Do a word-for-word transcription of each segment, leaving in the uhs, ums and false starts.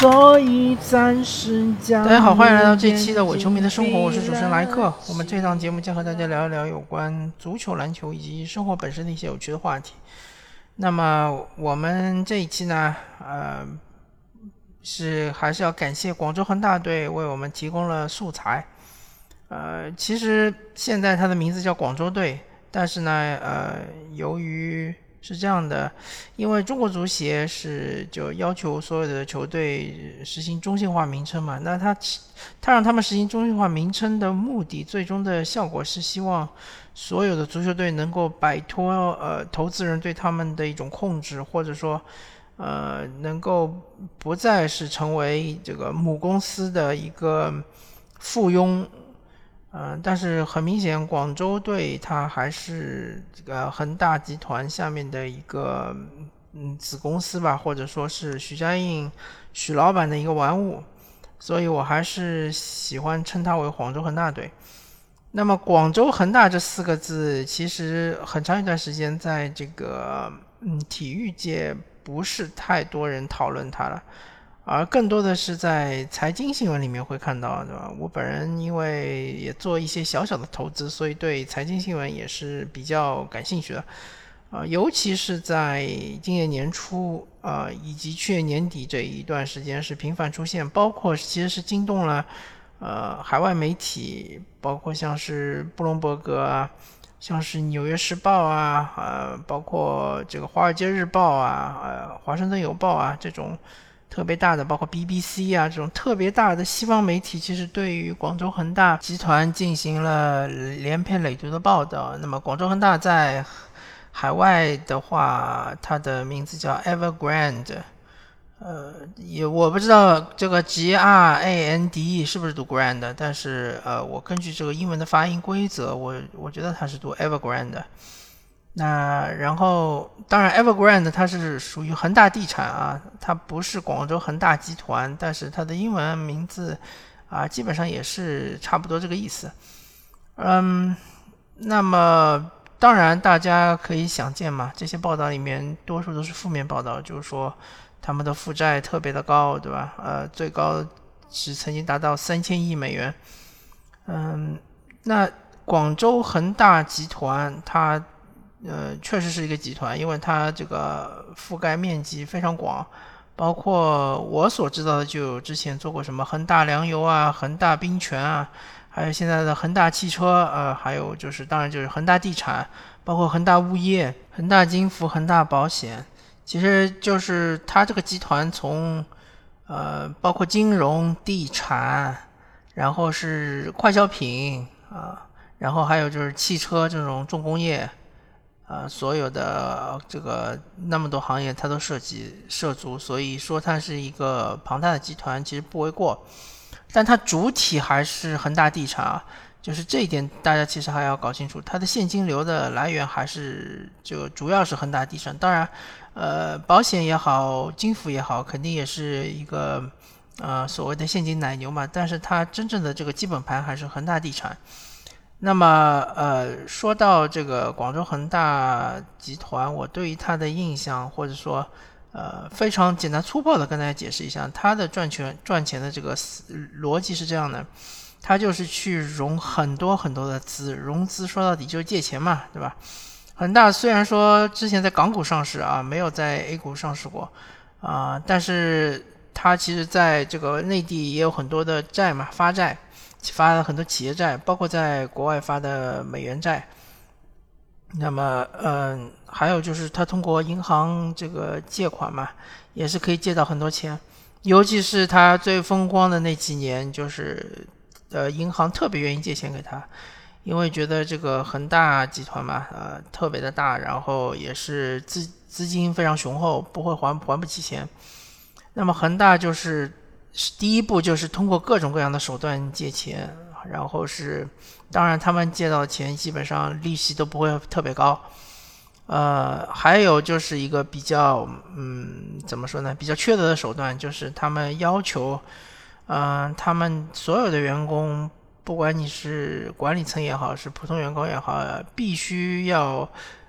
所以暂时将。 大家好，欢迎来到这期的伪球迷的生活，我是主持人莱克。我们这档节目将和大家聊一聊有关足球、篮球以及生活本身的一些有趣的话题。那么我们这一期呢，呃，是还是要感谢广州恒大队为我们提供了素材。呃，其实现在它的名字叫广州队，但是呢，呃，由于是这样的，因为中国足协是就要求所有的球队实行中性化名称嘛，那他他让他们实行中性化名称的目的，最终的效果是希望所有的足球队能够摆脱呃投资人对他们的一种控制，或者说呃能够不再是成为这个母公司的一个附庸。嗯、呃，但是很明显，广州队它还是这个恒大集团下面的一个嗯子公司吧，或者说是许家印许老板的一个玩物，所以我还是喜欢称它为广州恒大队。那么广州恒大这四个字，其实很长一段时间在这个嗯体育界不是太多人讨论它了。而更多的是在财经新闻里面会看到，对吧？我本人因为也做一些小小的投资，所以对财经新闻也是比较感兴趣的。呃，尤其是在今年年初，呃，以及去年年底这一段时间是频繁出现，包括其实是惊动了呃海外媒体，包括像是布隆伯格啊，像是纽约时报啊，呃，包括这个华尔街日报啊，呃，华盛顿邮报啊这种。特别大的，包括 B B C 啊这种特别大的西方媒体，其实对于广州恒大集团进行了连篇累牍的报道。那么广州恒大在海外的话，它的名字叫 Evergrande， 呃，也我不知道这个 G R A N D E 是不是读 Grand， 但是呃，我根据这个英文的发音规则，我我觉得它是读 Evergrande。那然后当然 Evergrande 它是属于恒大地产啊，它不是广州恒大集团，但是它的英文名字啊基本上也是差不多这个意思。嗯，那么当然大家可以想见嘛，这些报道里面多数都是负面报道，就是说他们的负债特别的高，对吧？呃，最高是曾经达到三千亿美元。嗯，那广州恒大集团它呃，确实是一个集团，因为它这个覆盖面积非常广，包括我所知道的，就有之前做过什么恒大粮油啊、恒大冰泉啊，还有现在的恒大汽车，呃，还有就是当然就是恒大地产，包括恒大物业、恒大金服、恒大保险，其实就是它这个集团从呃包括金融、地产，然后是快消品啊，然后还有就是汽车这种重工业。呃，所有的这个那么多行业它都涉及涉足，所以说它是一个庞大的集团其实不为过，但它主体还是恒大地产啊，就是这一点大家其实还要搞清楚，它的现金流的来源还是就主要是恒大地产，当然呃保险也好，金服也好，肯定也是一个呃所谓的现金奶牛嘛，但是它真正的这个基本盘还是恒大地产。那么，呃，说到这个广州恒大集团，我对于它的印象，或者说，呃，非常简单粗暴的跟大家解释一下，它的赚钱赚钱的这个逻辑是这样的，它就是去融很多很多的资，融资说到底就是借钱嘛，对吧？恒大虽然说之前在港股上市啊，没有在 A 股上市过啊、呃，但是它其实在这个内地也有很多的债嘛，发债。发了很多企业债，包括在国外发的美元债。那么，嗯，还有就是他通过银行这个借款嘛，也是可以借到很多钱。尤其是他最风光的那几年，就是呃，银行特别愿意借钱给他，因为觉得这个恒大集团嘛，呃，特别的大，然后也是资资金非常雄厚，不会还还不起钱。那么恒大就是第一步就是通过各种各样的手段借钱，然后是当然他们借到的钱基本上利息都不会特别高。呃，还有就是一个比较嗯怎么说呢，比较缺德的手段，就是他们要求嗯、呃、他们所有的员工，不管你是管理层也好，是普通员工也好，必须要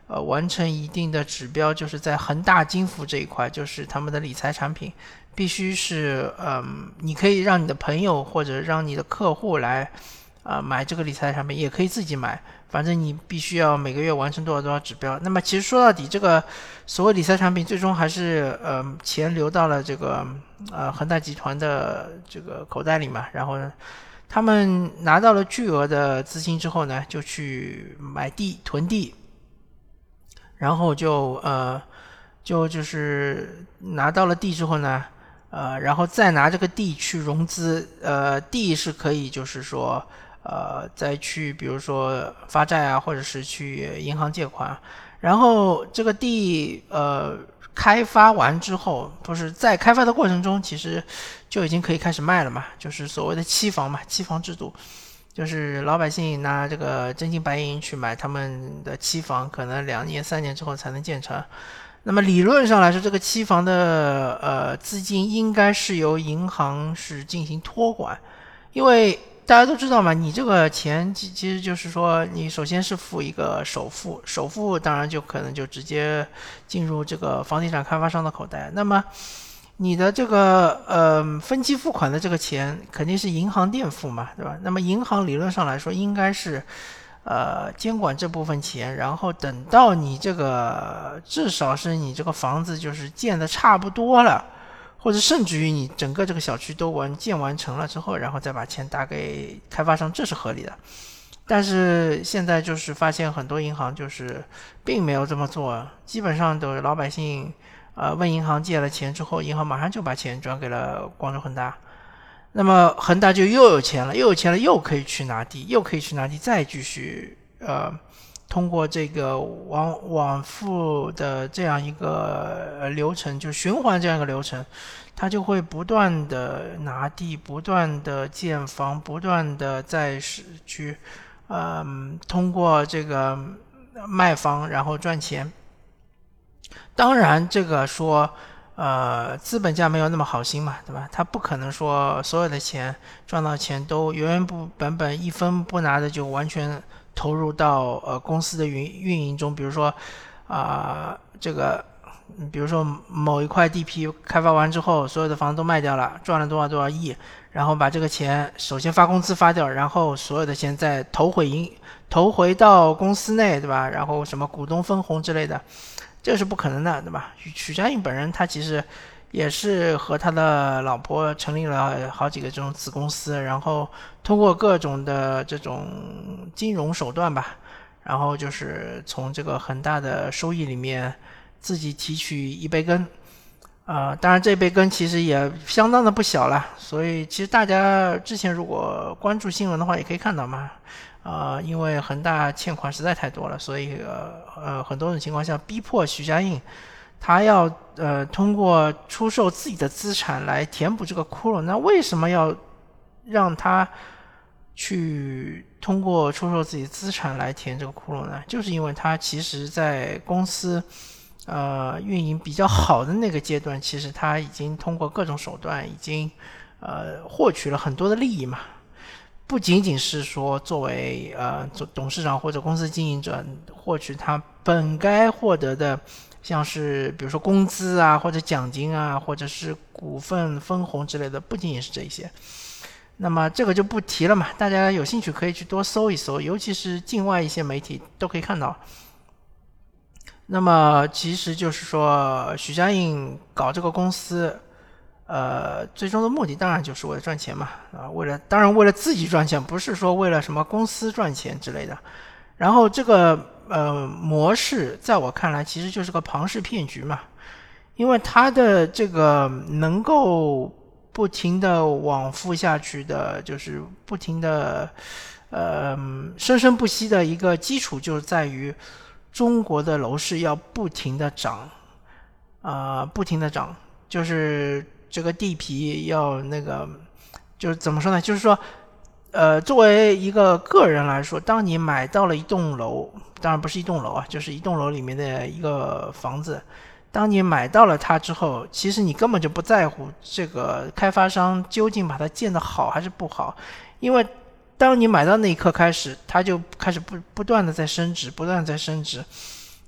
呃完成一定的指标，就是在恒大金服这一块，就是他们的理财产品必须是嗯，你可以让你的朋友或者让你的客户来啊、呃、买这个理财产品，也可以自己买，反正你必须要每个月完成多少多少指标。那么其实说到底，这个所谓理财产品最终还是呃钱流到了这个呃恒大集团的这个口袋里嘛，然后呢他们拿到了巨额的资金之后呢，就去买地囤地，然后就呃就就是拿到了地之后呢，呃然后再拿这个地去融资，呃地是可以就是说呃再去比如说发债啊，或者是去银行借款，然后这个地呃开发完之后，不是在开发的过程中，其实就已经可以开始卖了嘛，就是所谓的期房嘛，期房制度，就是老百姓拿这个真金白银去买他们的期房，可能两年三年之后才能建成。那么理论上来说，这个期房的呃资金应该是由银行是进行托管，因为大家都知道嘛，你这个钱其其实就是说，你首先是付一个首付，首付当然就可能就直接进入这个房地产开发商的口袋。那么你的这个呃分期付款的这个钱肯定是银行垫付嘛，对吧？那么银行理论上来说应该是呃监管这部分钱，然后等到你这个至少是你这个房子就是建的差不多了，或者甚至于你整个这个小区都完建完成了之后，然后再把钱打给开发商，这是合理的。但是现在就是发现很多银行就是并没有这么做，基本上都是老百姓呃问银行借了钱之后，银行马上就把钱转给了广州恒大，那么恒大就又有钱了，又有钱了，又可以去拿地，又可以去拿地，再继续呃通过这个往往复的这样一个流程，就循环这样一个流程，它就会不断的拿地，不断的建房，不断的再去嗯通过这个卖房然后赚钱。当然这个说呃资本家没有那么好心嘛，对吧？他不可能说所有的钱赚到钱都原原不本本一分不拿的就完全投入到呃公司的运运营中，比如说啊、呃、这个比如说某一块地皮开发完之后，所有的房子都卖掉了，赚了多少多少亿，然后把这个钱首先发工资发掉，然后所有的钱再投回银投回到公司内，对吧？然后什么股东分红之类的，这是不可能的，对吧？许家印本人他其实也是和他的老婆成立了好几个这种子公司，然后通过各种的这种金融手段吧，然后就是从这个很大的收益里面自己提取一杯羹，呃，当然这杯羹其实也相当的不小了，所以其实大家之前如果关注新闻的话，也可以看到嘛，呃，因为恒大欠款实在太多了，所以呃呃很多种情况下逼迫许家印，他要呃通过出售自己的资产来填补这个窟窿。那为什么要让他去通过出售自己资产来填这个窟窿呢？就是因为他其实在公司呃运营比较好的那个阶段，其实他已经通过各种手段已经呃获取了很多的利益嘛。不仅仅是说作为呃董事长或者公司经营者获取他本该获得的，像是比如说工资啊，或者奖金啊，或者是股份分红之类的，不仅仅是这些。那么这个就不提了嘛，大家有兴趣可以去多搜一搜，尤其是境外一些媒体都可以看到。那么其实就是说许家印搞这个公司呃，最终的目的当然就是为了赚钱嘛，啊，为了当然为了自己赚钱，不是说为了什么公司赚钱之类的。然后这个呃模式，在我看来其实就是个庞氏骗局嘛，因为它的这个能够不停的往复下去的，就是不停的呃生生不息的一个基础，就是在于中国的楼市要不停的涨，啊、呃，不停的涨，就是这个地皮要那个，就是怎么说呢？就是说，呃，作为一个个人来说，当你买到了一栋楼，当然不是一栋楼啊，就是一栋楼里面的一个房子，当你买到了它之后，其实你根本就不在乎这个开发商究竟把它建得好还是不好，因为当你买到那一刻开始，它就开始不不断的在升值，不断的在升值。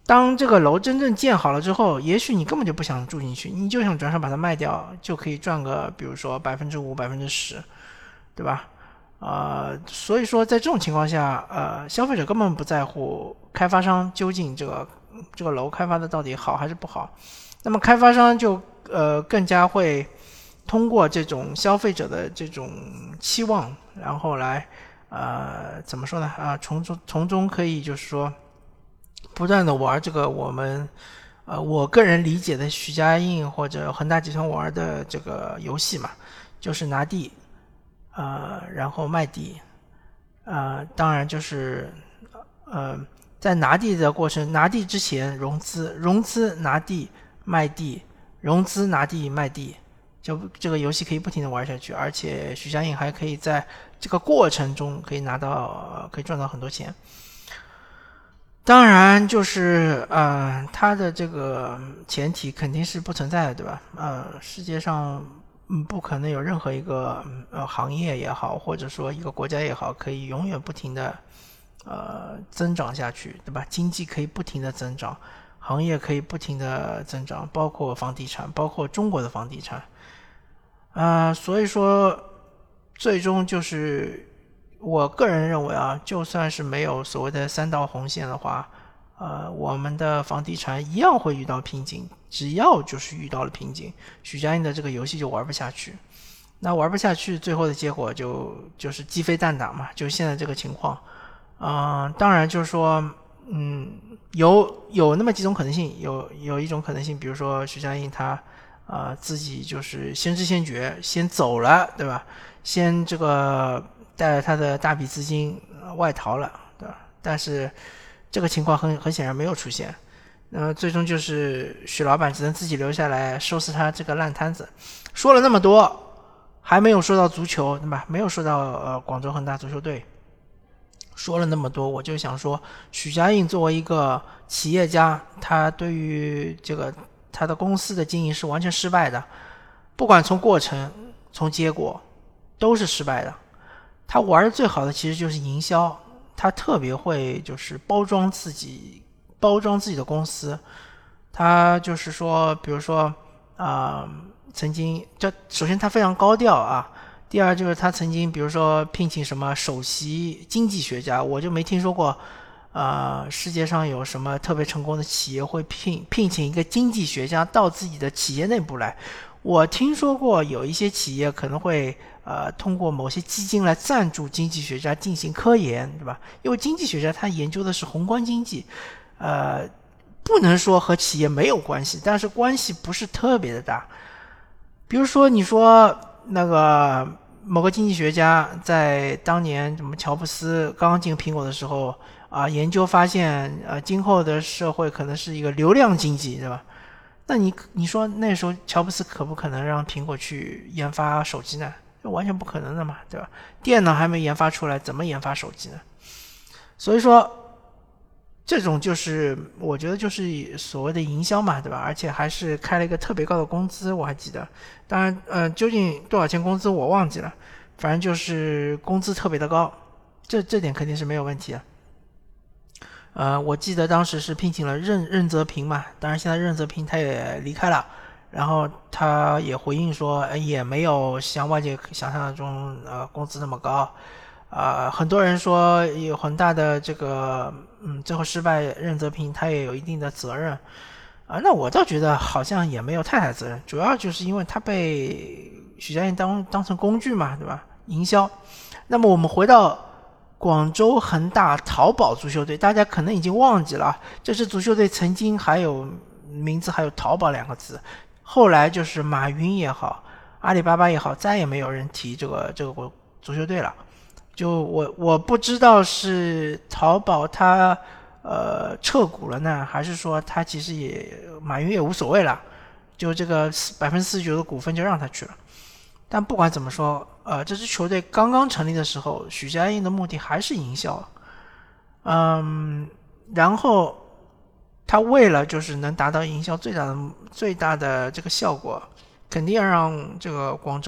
当这个楼真正建好了之后，也许你根本就不想住进去，你就想转手把它卖掉，就可以赚个比如说百分之五、百分之十，对吧？呃，所以说在这种情况下，呃，消费者根本不在乎开发商究竟这个这个楼开发的到底好还是不好，那么开发商就呃更加会通过这种消费者的这种期望，然后来呃怎么说呢啊、呃，从中从中可以就是说不断的玩这个我们呃我个人理解的许家印或者恒大集团玩的这个游戏嘛，就是拿地呃然后卖地，呃当然就是呃在拿地的过程，拿地之前融资，融资拿地卖地，融资拿地卖地，就这个游戏可以不停的玩下去，而且许家印还可以在这个过程中可以拿到可以赚到很多钱。当然就是呃它的这个前提肯定是不存在的，对吧？呃世界上嗯不可能有任何一个呃行业也好，或者说一个国家也好，可以永远不停的呃增长下去，对吧？经济可以不停的增长，行业可以不停的增长，包括房地产，包括中国的房地产。啊、呃，所以说最终就是我个人认为啊，就算是没有所谓的三道红线的话，呃，我们的房地产一样会遇到瓶颈。只要就是遇到了瓶颈，许家印的这个游戏就玩不下去。那玩不下去，最后的结果就就是鸡飞蛋打嘛，就现在这个情况。嗯、呃，当然就是说，嗯，有有那么几种可能性，有有一种可能性，比如说许家印他啊、呃、自己就是先知先觉，先走了，对吧？先这个带着他的大笔资金、呃、外逃了，对吧？但是这个情况很很显然没有出现，那么最终就是许老板只能自己留下来收拾他这个烂摊子。说了那么多，还没有说到足球，对吧？没有说到呃广州恒大足球队。说了那么多，我就想说，许家印作为一个企业家，他对于这个他的公司的经营是完全失败的，不管从过程从结果都是失败的。他玩的最好的其实就是营销，他特别会就是包装自己，包装自己的公司。他就是说，比如说啊、呃，曾经这首先他非常高调啊。第二就是他曾经比如说聘请什么首席经济学家，我就没听说过呃，世界上有什么特别成功的企业会聘聘请一个经济学家到自己的企业内部来。我听说过有一些企业可能会呃通过某些基金来赞助经济学家进行科研，对吧？因为经济学家他研究的是宏观经济，呃，不能说和企业没有关系，但是关系不是特别的大。比如说你说那个某个经济学家在当年什么乔布斯刚刚进苹果的时候啊，研究发现呃今后的社会可能是一个流量经济，对吧？那你你说那时候乔布斯可不可能让苹果去研发手机呢？完全不可能的嘛，对吧？电脑还没研发出来，怎么研发手机呢？所以说这种就是我觉得就是所谓的营销嘛，对吧？而且还是开了一个特别高的工资，我还记得。当然，呃，究竟多少钱工资我忘记了，反正就是工资特别的高，这这点肯定是没有问题的。呃，我记得当时是聘请了任任泽平嘛，当然现在任泽平他也离开了，然后他也回应说，呃、也没有像外界想象中呃工资那么高。啊、呃，很多人说有很大的这个，嗯，最后失败，任泽平他也有一定的责任，啊、呃，那我倒觉得好像也没有太大责任，主要就是因为他被许家印当当成工具嘛，对吧？营销。那么我们回到广州恒大淘宝足球队，大家可能已经忘记了，这支足球队曾经还有名字还有淘宝两个字，后来就是马云也好，阿里巴巴也好，再也没有人提这个这个足球队了。就我我不知道是淘宝它呃撤股了呢，还是说它其实也马云也无所谓了，就这个百分之四十九的股份就让他去了。但不管怎么说，呃，这支球队刚刚成立的时候，许家印的目的还是营销，嗯，然后他为了就是能达到营销最大的最大的这个效果，肯定要让这个广州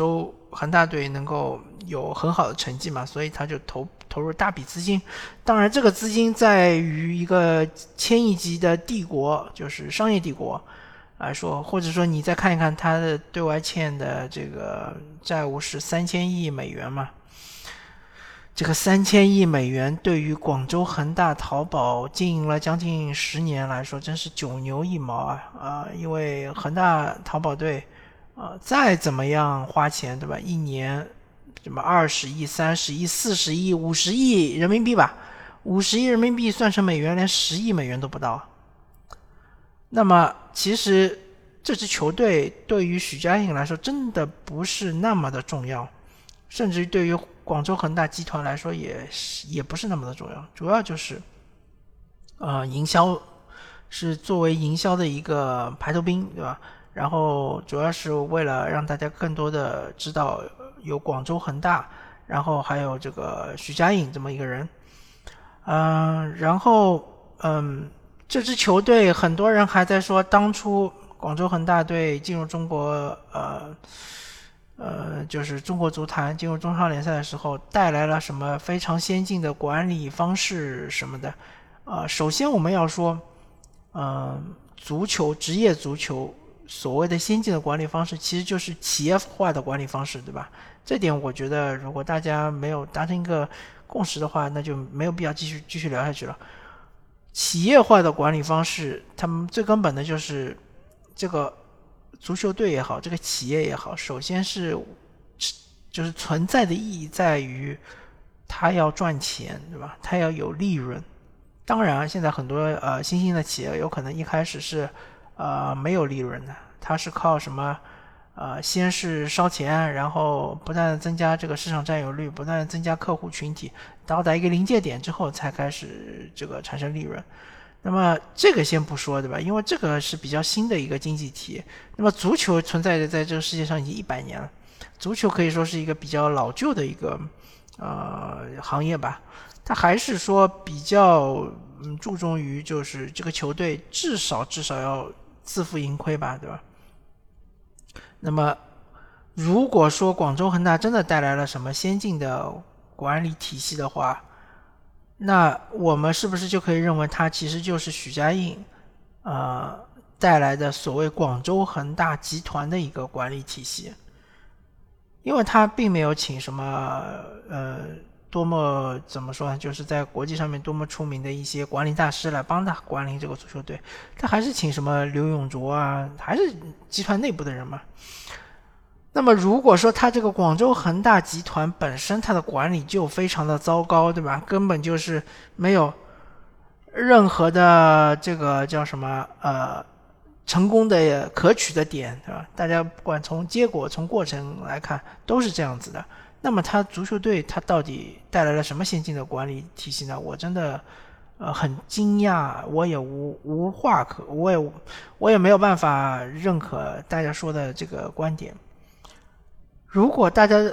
恒大队能够有很好的成绩嘛，所以他就投投入大笔资金。当然，这个资金在于一个千亿级的帝国，就是商业帝国来说，或者说你再看一看他的对外欠的这个债务是三千亿美元嘛。这个三千亿美元对于广州恒大淘宝经营了将近十年来说，真是九牛一毛啊！啊、呃，因为恒大淘宝队，呃，再怎么样花钱，对吧？一年什么二十亿、三十亿、四十亿、五十亿人民币吧，五十亿人民币算成美元，连十亿美元都不到。那么，其实这支球队对于许家印来说，真的不是那么的重要，甚至于对于广州恒大集团来说也也不是那么的重要，主要就是呃营销，是作为营销的一个排头兵，对吧？然后主要是为了让大家更多的知道有广州恒大，然后还有这个许家印这么一个人。嗯、呃，然后嗯，这支球队很多人还在说，当初广州恒大队进入中国呃。呃，就是中国足坛进入中超联赛的时候，带来了什么非常先进的管理方式什么的。呃，首先我们要说，呃，足球职业足球所谓的先进的管理方式，其实就是企业化的管理方式，对吧？这点我觉得，如果大家没有达成一个共识的话，那就没有必要继续继续聊下去了。企业化的管理方式，他们最根本的就是这个。足球队也好，这个企业也好，首先是就是存在的意义在于它要赚钱，对吧？它要有利润。当然，现在很多呃新兴的企业有可能一开始是呃没有利润的，它是靠什么呃先是烧钱，然后不断的增加这个市场占有率，不断的增加客户群体，到达一个临界点之后才开始这个产生利润。那么这个先不说，对吧？因为这个是比较新的一个经济体。那么足球存在的在这个世界上已经一百年了，足球可以说是一个比较老旧的一个呃行业吧。它还是说比较嗯注重于就是这个球队至少至少要自负盈亏吧，对吧？那么如果说广州恒大真的带来了什么先进的管理体系的话，那我们是不是就可以认为它其实就是许家印呃带来的所谓广州恒大集团的一个管理体系？因为他并没有请什么呃多么怎么说呢，就是在国际上面多么出名的一些管理大师来帮他管理这个足球队，他还是请什么刘永灼啊，还是集团内部的人嘛。那么如果说他这个广州恒大集团本身它的管理就非常的糟糕，对吧？根本就是没有任何的这个叫什么呃成功的可取的点，对吧？大家不管从结果从过程来看都是这样子的。那么他足球队他到底带来了什么先进的管理体系呢？我真的呃很惊讶，我也无无话可，我也我也没有办法认可大家说的这个观点。如果大家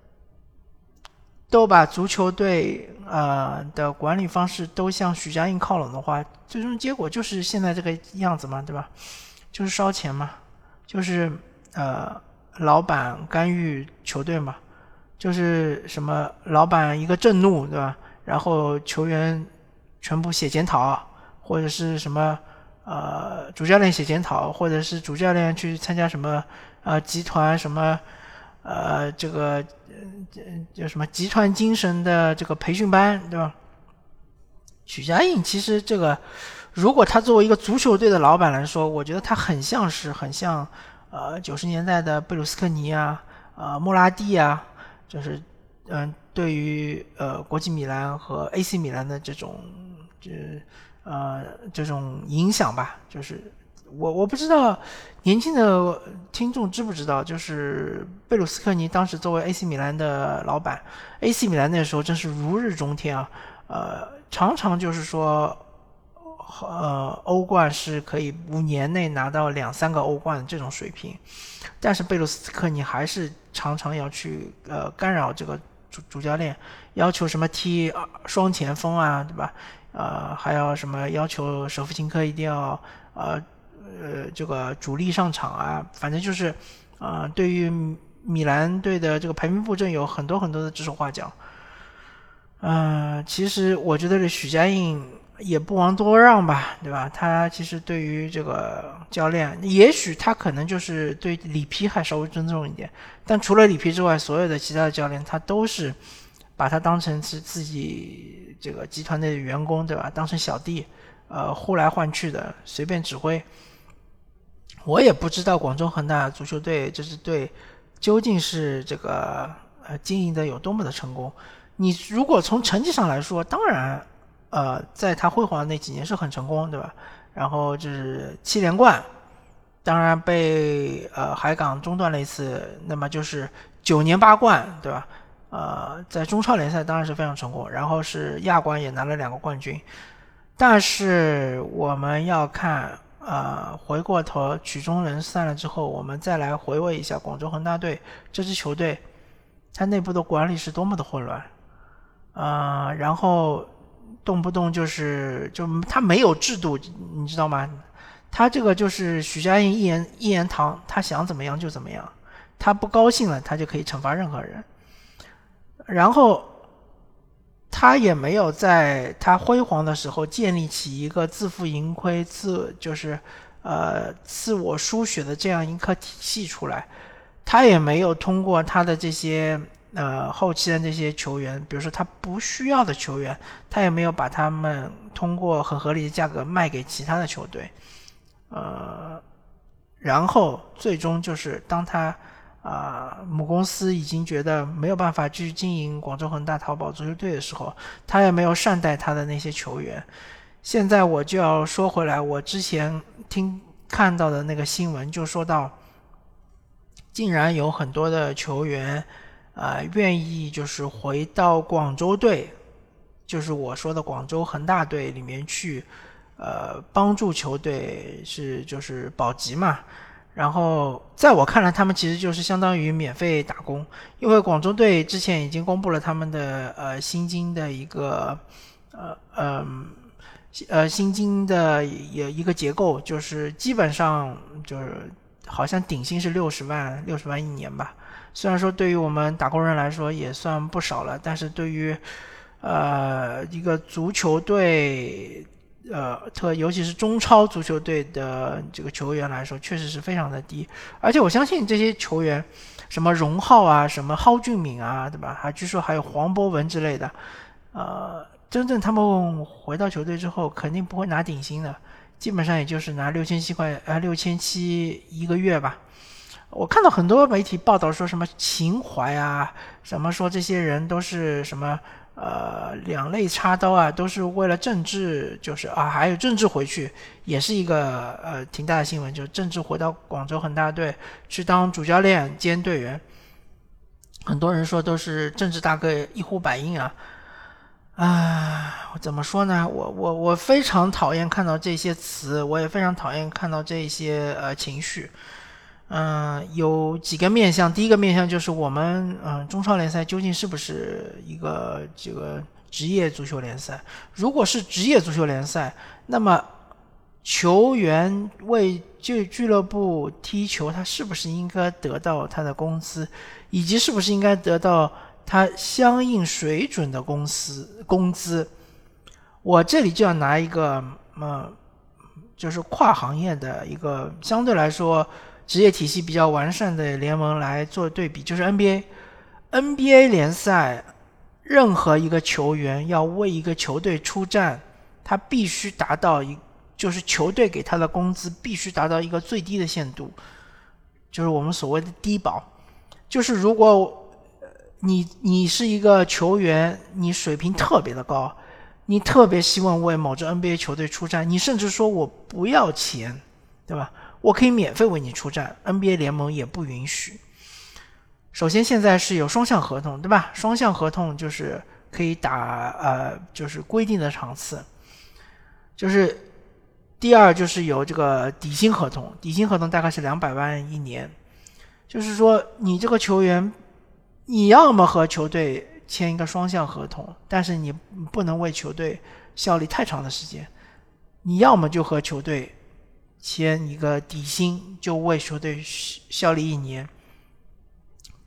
都把足球队呃的管理方式都向许家印靠拢的话，最终结果就是现在这个样子嘛，对吧？就是烧钱嘛，就是呃老板干预球队嘛，就是什么老板一个震怒，对吧？然后球员全部写检讨，或者是什么呃主教练写检讨，或者是主教练去参加什么呃集团什么。呃，这个叫什么集团精神的这个培训班，对吧？许家印其实这个，如果他作为一个足球队的老板来说，我觉得他很像是很像呃九十年代的贝鲁斯科尼啊，呃莫拉蒂啊，就是嗯、呃、对于呃国际米兰和 A C 米兰的这种这呃这种影响吧，就是我我不知道年轻的听众知不知道，就是贝鲁斯科尼当时作为 A C 米兰的老板 ，A C 米兰那时候真是如日中天啊，呃，常常就是说，呃，欧冠是可以五年内拿到两三个欧冠的这种水平，但是贝鲁斯科尼还是常常要去呃干扰这个主主教练，要求什么踢双前锋啊，对吧？呃，还要什么要求舍甫琴科一定要呃。呃，这个主力上场啊，反正就是，呃，对于米兰队的这个排名布阵有很多很多的指手画脚。呃，其实我觉得这许家印也不遑多让吧，对吧？他其实对于这个教练，也许他可能就是对里皮还稍微尊重一点，但除了里皮之外，所有的其他的教练他都是把他当成是自己这个集团内的员工，对吧？当成小弟，呃，呼来唤去的，随便指挥。我也不知道广州恒大足球队这支队究竟是这个呃经营的有多么的成功。你如果从成绩上来说，当然，呃，在他辉煌的那几年是很成功，对吧？然后就是七连冠，当然被呃海港中断了一次，那么就是九年八冠，对吧？呃，在中超联赛当然是非常成功，然后是亚冠也拿了两个冠军。但是我们要看，呃，回过头曲终人散了之后，我们再来回味一下广州恒大队这支球队，它内部的管理是多么的混乱。呃，然后动不动就是就他没有制度，你知道吗？他这个就是许家印一言一言堂，他想怎么样就怎么样，他不高兴了他就可以惩罚任何人。然后他也没有在他辉煌的时候建立起一个自负盈亏、自就是呃自我输血的这样一颗体系出来，他也没有通过他的这些。呃，后期的这些球员，比如说他不需要的球员，他也没有把他们通过很合理的价格卖给其他的球队，呃，然后最终就是当他啊、呃、母公司已经觉得没有办法继续经营广州恒大淘宝足球队的时候，他也没有善待他的那些球员。现在我就要说回来，我之前听看到的那个新闻就说到，竟然有很多的球员。呃，愿意就是回到广州队，就是我说的广州恒大队里面去，呃，帮助球队是就是保级嘛。然后在我看来，他们其实就是相当于免费打工，因为广州队之前已经公布了他们的呃薪金的一个呃呃呃薪金的一个结构，就是基本上就是好像顶薪是六十万，六十万一年吧。虽然说对于我们打工人来说也算不少了，但是对于呃一个足球队呃特尤其是中超足球队的这个球员来说，确实是非常的低。而且我相信这些球员，什么荣浩啊，什么蒿俊闵啊，对吧？还据说还有黄博文之类的，呃，真正他们回到球队之后，肯定不会拿顶薪的，基本上也就是拿六千七块呃六千七一个月吧。我看到很多媒体报道说什么情怀啊，什么说这些人都是什么呃两肋插刀啊，都是为了政治，就是啊还有政治回去，也是一个呃挺大的新闻，就政治回到广州恒大队去当主教练兼队员，很多人说都是政治大哥一呼百应啊。啊，怎么说呢？我我我非常讨厌看到这些词，我也非常讨厌看到这些呃情绪。嗯、呃，有几个面向。第一个面向就是我们嗯、呃、中超联赛究竟是不是一个这个职业足球联赛？如果是职业足球联赛，那么球员为俱俱乐部踢球，他是不是应该得到他的工资，以及是不是应该得到他相应水准的公司工资？我这里就要拿一个呃，就是跨行业的一个相对来说职业体系比较完善的联盟来做对比，就是 N B A。N B A 联赛，任何一个球员要为一个球队出战，他必须达到一，就是球队给他的工资必须达到一个最低的限度，就是我们所谓的低保。就是如果你你是一个球员，你水平特别的高，你特别希望为某支 N B A 球队出战，你甚至说我不要钱，对吧？我可以免费为你出战， N B A 联盟也不允许。首先现在是有双向合同，对吧？双向合同就是可以打呃就是规定的场次。就是第二就是有这个底薪合同，底薪合同大概是两百万一年。就是说你这个球员，你要么和球队签一个双向合同，但是你不能为球队效力太长的时间，你要么就和球队签一个底薪，就为球队效力一年。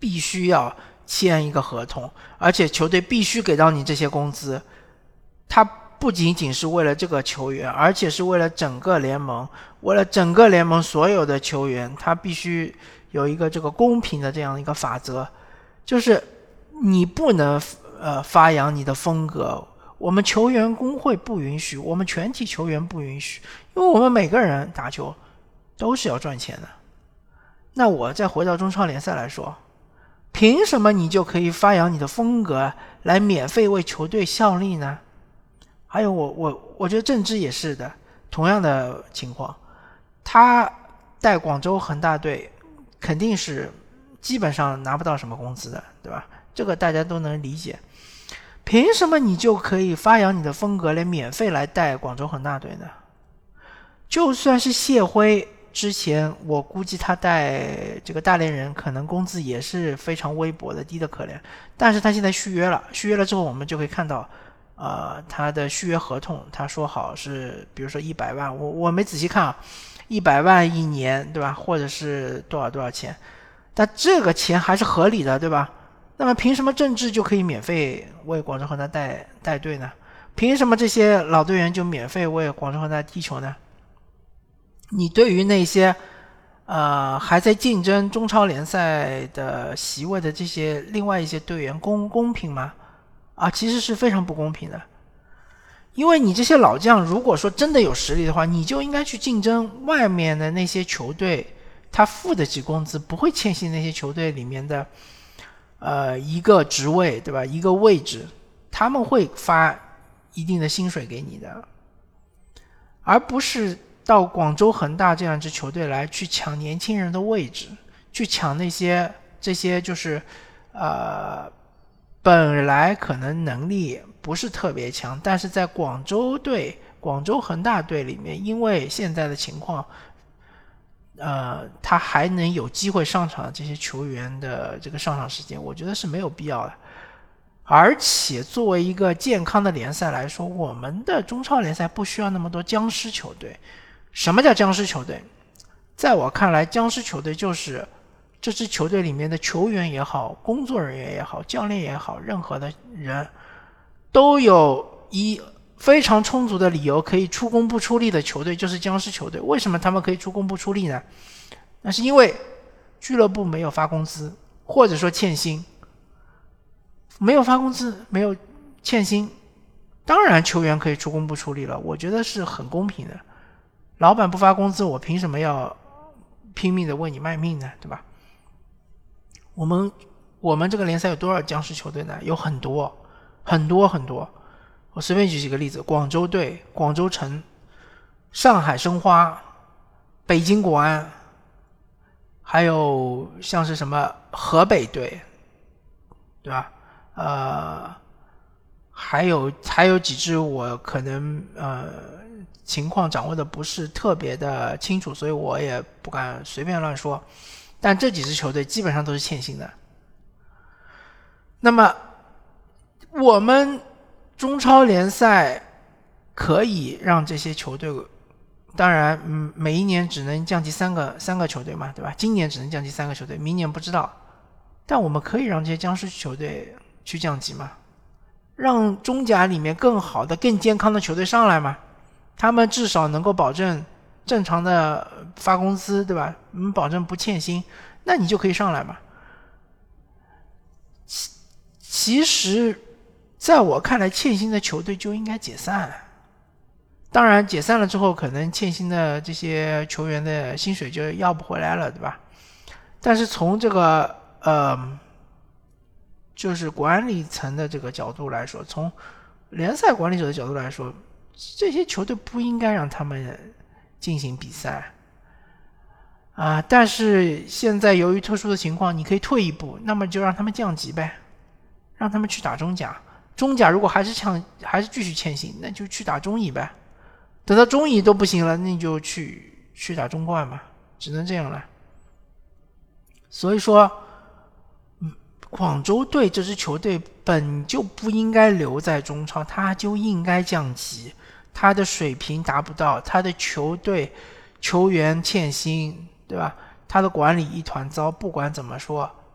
必须要签一个合同，而且球队必须给到你这些工资。他不仅仅是为了这个球员，而且是为了整个联盟，为了整个联盟所有的球员，他必须有一个这个公平的这样一个法则，就是你不能呃发扬你的风格，我们球员工会不允许，我们全体球员不允许，因为我们每个人打球都是要赚钱的。那我再回到中超联赛来说，凭什么你就可以发扬你的风格来免费为球队效力呢？还有我我我觉得郑智也是的，同样的情况，他带广州恒大队肯定是基本上拿不到什么工资的，对吧？这个大家都能理解。凭什么你就可以发扬你的风格来免费来带广州恒大队呢？就算是谢辉之前，我估计他带这个大连人可能工资也是非常微薄的，低的可怜。但是他现在续约了，续约了之后我们就可以看到呃，他的续约合同他说好是比如说一百万，我我没仔细看啊，一百万一年，对吧？或者是多少多少钱，但这个钱还是合理的，对吧？那么凭什么郑智就可以免费为广州恒大带带队呢？凭什么这些老队员就免费为广州恒大踢球呢？你对于那些呃还在竞争中超联赛的席位的这些另外一些队员公公平吗？啊，其实是非常不公平的。因为你这些老将如果说真的有实力的话，你就应该去竞争外面的那些球队，他付得起工资，不会欠薪那些球队里面的呃一个职位，对吧？一个位置，他们会发一定的薪水给你的，而不是到广州恒大这样一支球队来去抢年轻人的位置，去抢那些这些就是呃本来可能能力不是特别强，但是在广州队广州恒大队里面，因为现在的情况呃，他还能有机会上场的这些球员的这个上场时间，我觉得是没有必要的。而且作为一个健康的联赛来说，我们的中超联赛不需要那么多僵尸球队。什么叫僵尸球队？在我看来，僵尸球队就是这支球队里面的球员也好，工作人员也好，教练也好，任何的人都有一非常充足的理由可以出工不出力的球队就是僵尸球队。为什么他们可以出工不出力呢？那是因为俱乐部没有发工资，或者说欠薪。没有发工资，没有欠薪，当然球员可以出工不出力了，我觉得是很公平的。老板不发工资，我凭什么要拼命的为你卖命呢？对吧？我们我们这个联赛有多少僵尸球队呢？有很多很多很多。我随便举几个例子：广州队、广州城、上海申花、北京国安，还有像是什么河北队，对吧？呃，还有还有几支我可能呃情况掌握的不是特别的清楚，所以我也不敢随便乱说。但这几支球队基本上都是欠薪的。那么我们中超联赛可以让这些球队，当然，嗯，每一年只能降级三个三个球队嘛，对吧？今年只能降级三个球队，明年不知道。但我们可以让这些僵尸球队去降级嘛，让中甲里面更好的更健康的球队上来嘛，他们至少能够保证正常的发工资，对吧？嗯，保证不欠薪，那你就可以上来嘛。其实在我看来，欠薪的球队就应该解散。当然解散了之后，可能欠薪的这些球员的薪水就要不回来了，对吧？但是从这个呃就是管理层的这个角度来说，从联赛管理者的角度来说，这些球队不应该让他们进行比赛啊。但是现在由于特殊的情况，你可以退一步，那么就让他们降级呗，让他们去打中甲。中甲如果还是欠还是继续欠薪，那就去打中乙呗。等到中乙都不行了，那你就去去打中冠嘛，只能这样了。所以说广州队这支球队本就不应该留在中超，他就应该降级，他的水平达不到，他的球队球员欠薪，对吧？他的管理一团糟，不管怎么说，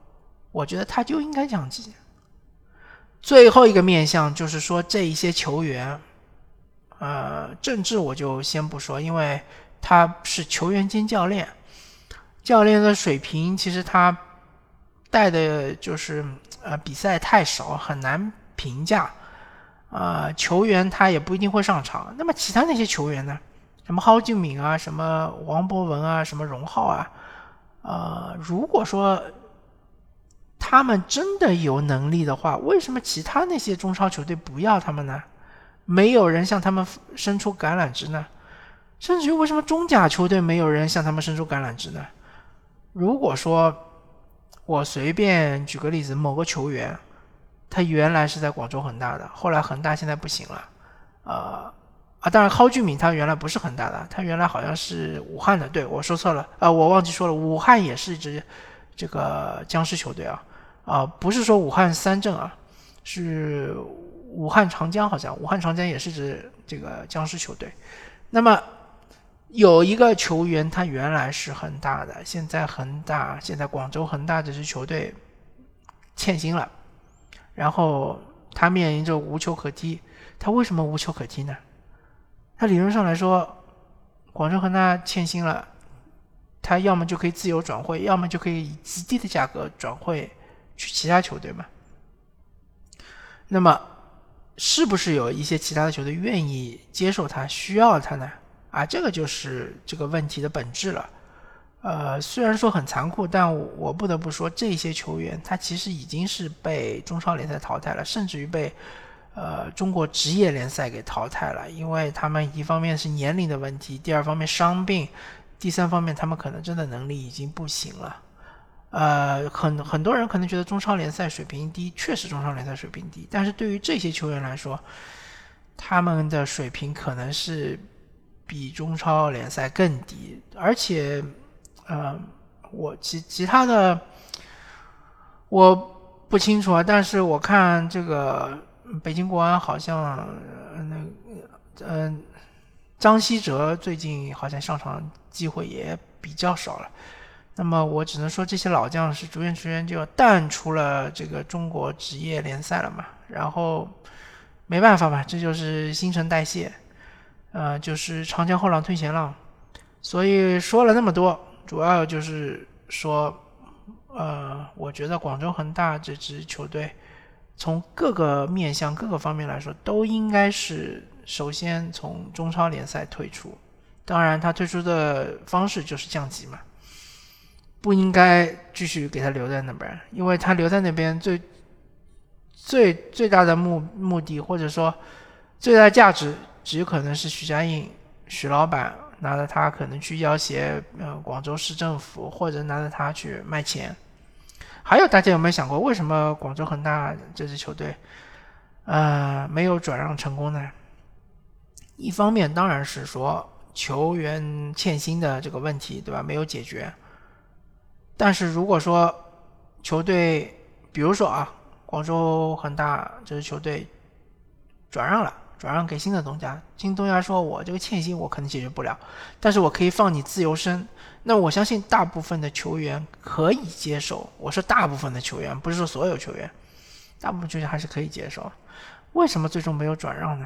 我觉得他就应该降级。最后一个面向就是说这一些球员，呃，政治我就先不说，因为他是球员兼教练，教练的水平其实他带的就是呃比赛太少，很难评价。呃，球员他也不一定会上场。那么其他那些球员呢？什么蒿俊闵啊，什么王博文啊，什么荣浩啊，呃，如果说他们真的有能力的话，为什么其他那些中超球队不要他们呢？没有人向他们伸出橄榄枝呢？甚至于为什么中甲球队没有人向他们伸出橄榄枝呢？如果说我随便举个例子，某个球员他原来是在广州恒大的，后来恒大现在不行了，呃啊，当然蒿俊闵他原来不是恒大的，他原来好像是武汉的，对，我说错了，呃，我忘记说了，武汉也是一支这个僵尸球队啊，啊、呃，不是说武汉三镇啊，是武汉长江，好像武汉长江也是指这个僵尸球队。那么有一个球员他原来是恒大的，现在恒大现在广州恒大这支球队欠薪了，然后他面临着无球可踢。他为什么无球可踢呢？他理论上来说，广州恒大欠薪了，他要么就可以自由转会，要么就可以以极低的价格转会去其他球队嘛。那么是不是有一些其他的球队愿意接受他，需要他呢？啊，这个就是这个问题的本质了。呃，虽然说很残酷，但我不得不说，这些球员他其实已经是被中超联赛淘汰了，甚至于被呃中国职业联赛给淘汰了，因为他们一方面是年龄的问题，第二方面伤病，第三方面他们可能真的能力已经不行了。呃，很很多人可能觉得中超联赛水平低，确实中超联赛水平低，但是对于这些球员来说，他们的水平可能是比中超联赛更低，而且，呃，我其其他的我不清楚啊，但是我看这个北京国安好像，呃、那呃张稀哲最近好像上场机会也比较少了。那么我只能说这些老将是逐渐逐渐就要淡出了这个中国职业联赛了嘛，然后没办法吧，这就是新陈代谢，呃，就是长江后浪推前浪。所以说了那么多，主要就是说，呃，我觉得广州恒大这支球队从各个面向各个方面来说都应该是首先从中超联赛退出，当然他退出的方式就是降级嘛，不应该继续给他留在那边，因为他留在那边最最最大的目目的或者说最大的价值只有可能是许家印许老板拿着他可能去要挟呃广州市政府，或者拿着他去卖钱。还有大家有没有想过，为什么广州恒大这支球队呃没有转让成功呢？一方面当然是说球员欠薪的这个问题，对吧，没有解决。但是如果说球队比如说啊广州恒大这支球队转让了，转让给新的东家，新东家说我这个欠薪我可能解决不了，但是我可以放你自由身，那我相信大部分的球员可以接受，我说大部分的球员，不是说所有球员，大部分球员还是可以接受。为什么最终没有转让呢？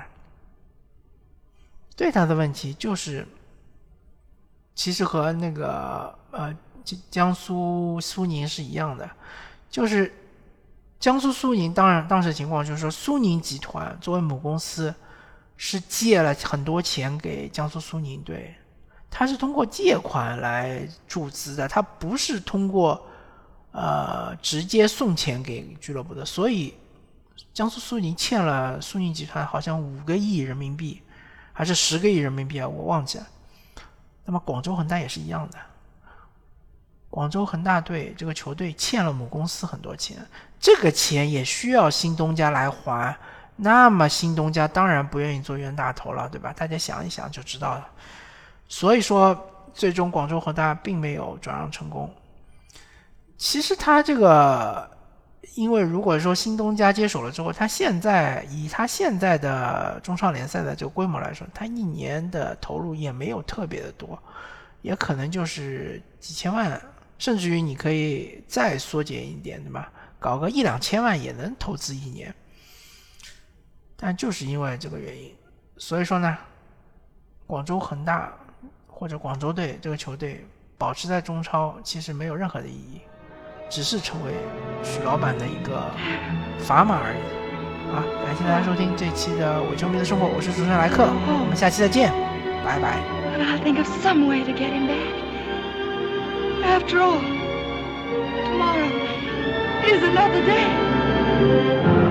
最大的问题就是其实和那个呃江苏苏宁是一样的，就是江苏苏宁当然当时情况就是说，苏宁集团作为母公司是借了很多钱给江苏苏宁队，它是通过借款来注资的，它不是通过呃直接送钱给俱乐部的，所以江苏苏宁欠了苏宁集团好像五个亿人民币，还是十个亿人民币啊，我忘记了。那么广州恒大也是一样的，广州恒大队这个球队欠了母公司很多钱，这个钱也需要新东家来还，那么新东家当然不愿意做冤大头了，对吧？大家想一想就知道了。所以说最终广州恒大并没有转让成功。其实他这个因为如果说新东家接手了之后，他现在以他现在的中超联赛的这个规模来说，他一年的投入也没有特别的多，也可能就是几千万甚至于你可以再缩减一点，对吧？搞个一两千万也能投资一年。但就是因为这个原因，所以说呢，广州恒大或者广州队这个球队保持在中超其实没有任何的意义，只是成为许老板的一个砝码而已。啊，感谢大家收听这期的伪球迷的生活，我是主持人莱克，我们下期再见，拜拜。 I'll think of some way to get him back. After all, tomorrow is another day.